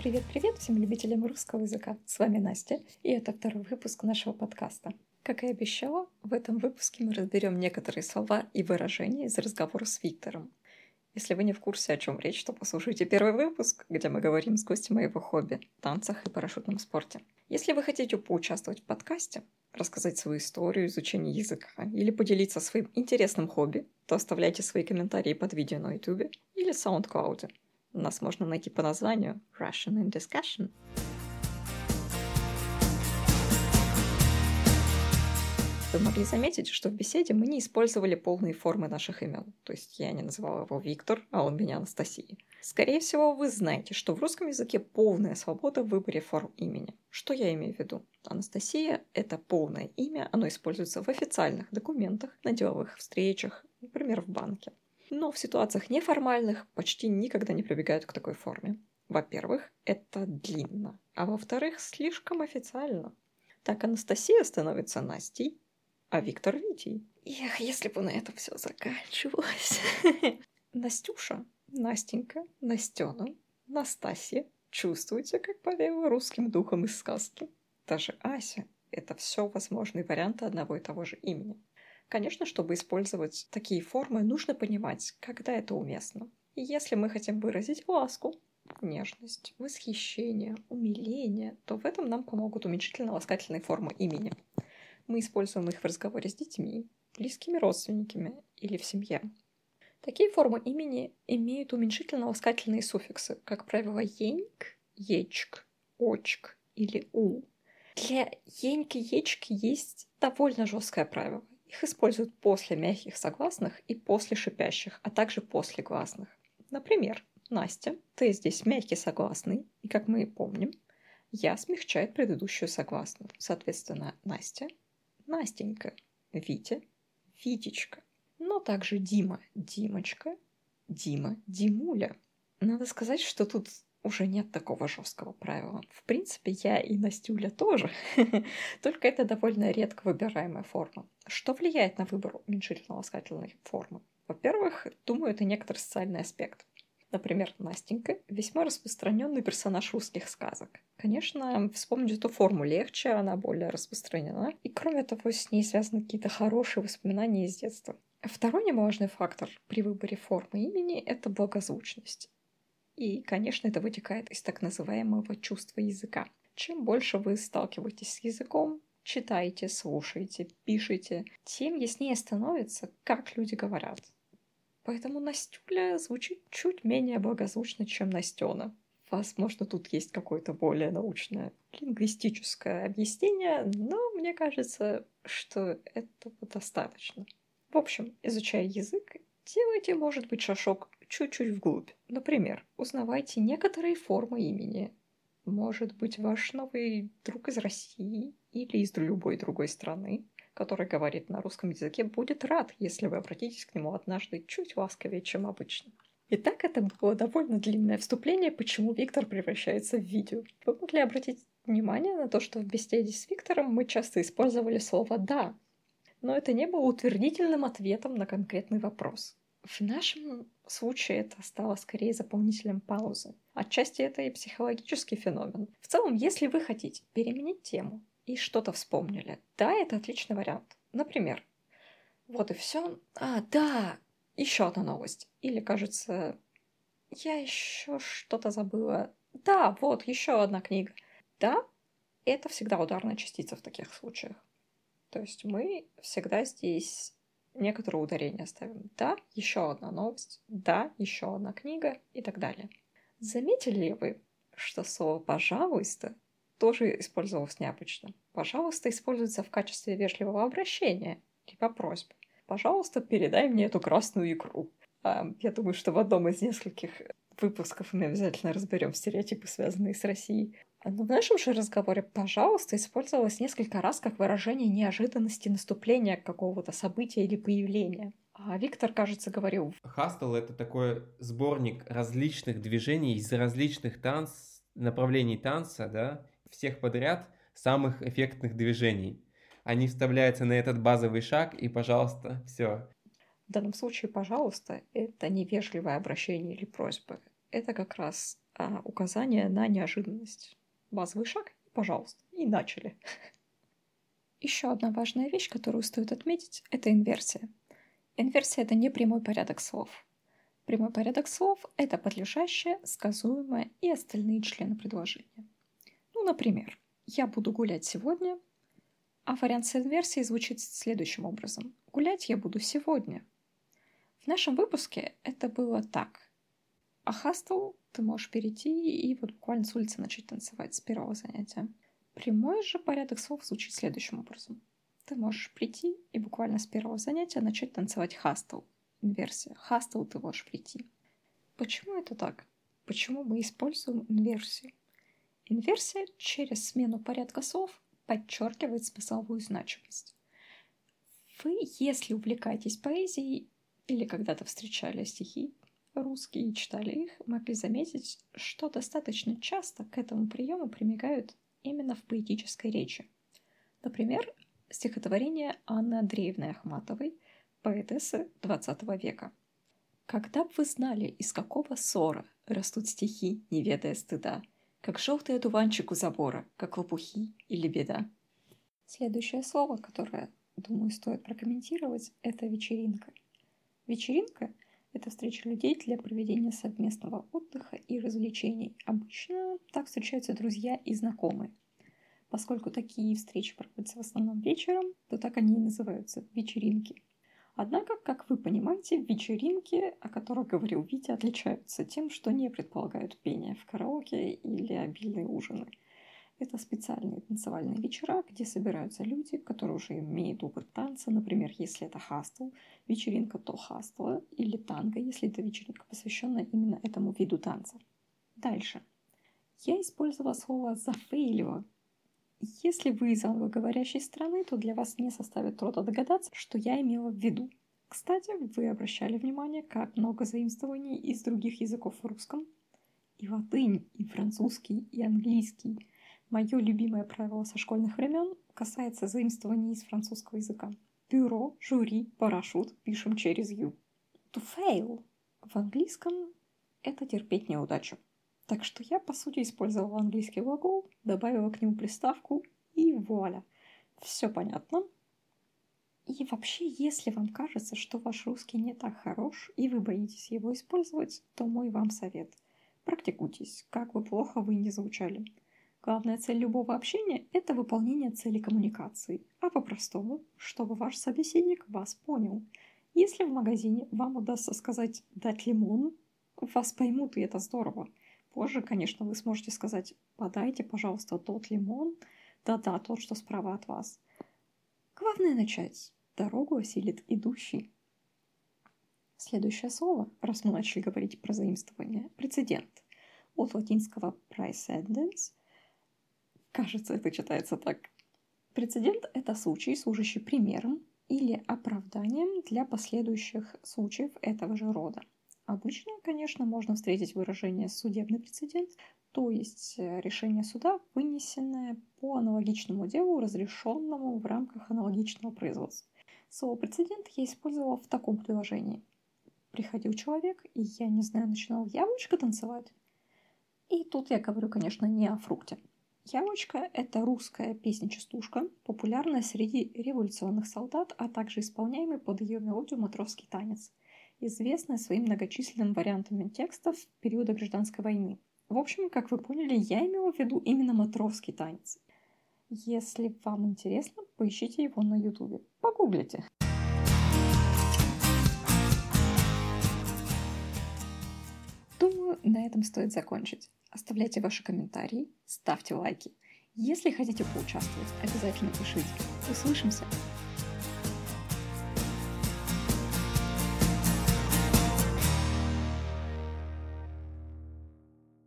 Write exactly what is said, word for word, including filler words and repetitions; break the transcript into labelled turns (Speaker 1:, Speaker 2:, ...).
Speaker 1: Привет-привет всем любителям русского языка. С вами Настя, и это второй выпуск нашего подкаста. Как и обещала, в этом выпуске мы разберем некоторые слова и выражения из разговора с Виктором. Если вы не в курсе, о чем речь, то послушайте первый выпуск, где мы говорим с гостем о его хобби, танцах и парашютном спорте. Если вы хотите поучаствовать в подкасте, рассказать свою историю изучения языка или поделиться своим интересным хобби, то оставляйте свои комментарии под видео на YouTube или SoundCloud. Нас можно найти по названию Russian in Discussion. Вы могли заметить, что в беседе мы не использовали полные формы наших имен. То есть я не называла его Виктор, а он меня Анастасия. Скорее всего, вы знаете, что в русском языке полная свобода в выборе форм имени. Что я имею в виду? Анастасия – это полное имя, оно используется в официальных документах, на деловых встречах, например, в банке. Но в ситуациях неформальных почти никогда не прибегают к такой форме. Во-первых, это длинно, а во-вторых, слишком официально. Так Анастасия становится Настей, а Виктор Витей. Эх, если бы на этом все заканчивалось. Настюша, Настенька, Настена, Настасья. Чувствуете, как повеяло русским духом из сказки? Даже Ася – это все возможные варианты одного и того же имени. Конечно, чтобы использовать такие формы, нужно понимать, когда это уместно. И если мы хотим выразить ласку, нежность, восхищение, умиление, то в этом нам помогут уменьшительно-ласкательные формы имени. Мы используем их в разговоре с детьми, близкими родственниками или в семье. Такие формы имени имеют уменьшительно-ласкательные суффиксы, как правило, еньк, ечк, очк или у. Для еньки, ечки есть довольно жесткое правило. Их используют после мягких согласных и после шипящих, а также после гласных. Например, Настя, ты здесь мягкий согласный, и, как мы и помним, я смягчает предыдущую согласную. Соответственно, Настя, Настенька, Витя, Витечка. Но также Дима, Димочка, Дима, Димуля. Надо сказать, что тут уже нет такого жесткого правила. В принципе, я и Настюля тоже, только это довольно редко выбираемая форма. Что влияет на выбор уменьшительно-ласкательной формы? Во-первых, думаю, это некоторый социальный аспект. Например, Настенька – весьма распространенный персонаж русских сказок. Конечно, вспомнить эту форму легче, она более распространена. И кроме того, с ней связаны какие-то хорошие воспоминания из детства. Второй немаловажный фактор при выборе формы имени – это благозвучность. И, конечно, это вытекает из так называемого чувства языка. Чем больше вы сталкиваетесь с языком, читаете, слушаете, пишете, тем яснее становится, как люди говорят. Поэтому Настюля звучит чуть менее благозвучно, чем Настена. Возможно, тут есть какое-то более научное лингвистическое объяснение, но мне кажется, что этого достаточно. В общем, изучая язык, делайте, может быть, шажок чуть-чуть вглубь. Например, узнавайте некоторые формы имени. Может быть, ваш новый друг из России или из любой другой страны, который говорит на русском языке, будет рад, если вы обратитесь к нему однажды чуть ласковее, чем обычно. Итак, это было довольно длинное вступление, почему Виктор превращается в видео. Вы могли обратить внимание на то, что в беседе с Виктором мы часто использовали слово «да», но это не было утвердительным ответом на конкретный вопрос. В нашем случае это стало скорее заполнителем паузы. Отчасти это и психологический феномен. В целом, если вы хотите переменить тему и что-то вспомнили, да, это отличный вариант. Например, вот и все. А, да, еще одна новость. Или, кажется, я еще что-то забыла. Да, вот, еще одна книга. Да, это всегда ударная частица в таких случаях. То есть мы всегда здесь некоторое ударение ставим. Да, еще одна новость. Да, еще одна книга и так далее. Заметили ли вы, что слово «пожалуйста» тоже использовалось необычно? «Пожалуйста» используется в качестве вежливого обращения, либо просьбы. «Пожалуйста, передай мне эту красную икру». А, я думаю, что в одном из нескольких выпусков мы обязательно разберем стереотипы, связанные с Россией. Но в нашем же разговоре «пожалуйста» использовалось несколько раз как выражение неожиданности наступления какого-то события или появления. А Виктор, кажется, говорил...
Speaker 2: Хастл — это такой сборник различных движений из различных танц... направлений танца, да, всех подряд, самых эффектных движений. Они вставляются на этот базовый шаг, и, пожалуйста, все.
Speaker 1: В данном случае «пожалуйста» — это не вежливое обращение или просьба. Это как раз а указание на неожиданность. Базовый шаг, пожалуйста, и начали. Еще одна важная вещь, которую стоит отметить, это инверсия. Инверсия – это не прямой порядок слов. Прямой порядок слов – это подлежащее, сказуемое и остальные члены предложения. Ну, например, «я буду гулять сегодня», а вариант с инверсией звучит следующим образом. «Гулять я буду сегодня». В нашем выпуске это было так. А хастл ты можешь перейти и вот буквально с улицы начать танцевать с первого занятия. Прямой же порядок слов звучит следующим образом. Ты можешь прийти и буквально с первого занятия начать танцевать хастл. Инверсия. Хастл ты можешь прийти. Почему это так? Почему мы используем инверсию? Инверсия через смену порядка слов подчеркивает смысловую значимость. Вы, если увлекаетесь поэзией или когда-то встречали стихи русские и читали их, могли заметить, что достаточно часто к этому приему примыкают именно в поэтической речи. Например, стихотворение Анны Андреевны Ахматовой, поэтессы двадцатого века. «Когда б вы знали, из какого ссора растут стихи, не ведая стыда, как желтый одуванчик у забора, как лопухи или беда». Следующее слово, которое, думаю, стоит прокомментировать, это вечеринка. Вечеринка – это встреча людей для проведения совместного отдыха и развлечений. Обычно так встречаются друзья и знакомые. Поскольку такие встречи проводятся в основном вечером, то так они и называются – вечеринки. Однако, как вы понимаете, вечеринки, о которых говорил Витя, отличаются тем, что не предполагают пение в караоке или обильные ужины. Это специальные танцевальные вечера, где собираются люди, которые уже имеют опыт танца. Например, если это хастл, вечеринка, то хастла, или танго, если это вечеринка, посвященная именно этому виду танца. Дальше. Я использовала слово «зафейлила». Если вы из англоговорящей страны, то для вас не составит труда догадаться, что я имела в виду. Кстати, вы обращали внимание, как много заимствований из других языков в русском? И латынь, и французский, и английский. Мое любимое правило со школьных времен касается заимствований из французского языка. Бюро, жюри, парашют пишем через «ю». To fail в английском – это терпеть неудачу. Так что я, по сути, использовала английский глагол, добавила к нему приставку и вуаля. Все понятно. И вообще, если вам кажется, что ваш русский не так хорош, и вы боитесь его использовать, то мой вам совет. Практикуйтесь, как бы плохо вы ни звучали. Главная цель любого общения – это выполнение цели коммуникации, а по-простому, чтобы ваш собеседник вас понял. Если в магазине вам удастся сказать «дать лимон», вас поймут, и это здорово. Позже, конечно, вы сможете сказать «подайте, пожалуйста, тот лимон», да-да, тот, что справа от вас. Главное начать. Дорогу осилит идущий. Следующее слово, раз мы начали говорить про заимствование – прецедент. От латинского «praecedens». Кажется, это читается так. Прецедент – это случай, служащий примером или оправданием для последующих случаев этого же рода. Обычно, конечно, можно встретить выражение «судебный прецедент», то есть решение суда, вынесенное по аналогичному делу, разрешенному в рамках аналогичного производства. Слово «прецедент» я использовала в таком предложении. Приходил человек, и, я не знаю, начинал яблочко танцевать. И тут я говорю, конечно, не о фрукте. Яблочко – это русская песня-частушка, популярная среди революционных солдат, а также исполняемый под ее мелодию матросский танец, известная своим многочисленным вариантами текстов периода гражданской войны. В общем, как вы поняли, я имела в виду именно матросский танец. Если вам интересно, поищите его на ютубе. Погуглите. Думаю, на этом стоит закончить. Оставляйте ваши комментарии, ставьте лайки. Если хотите поучаствовать, обязательно пишите. Услышимся!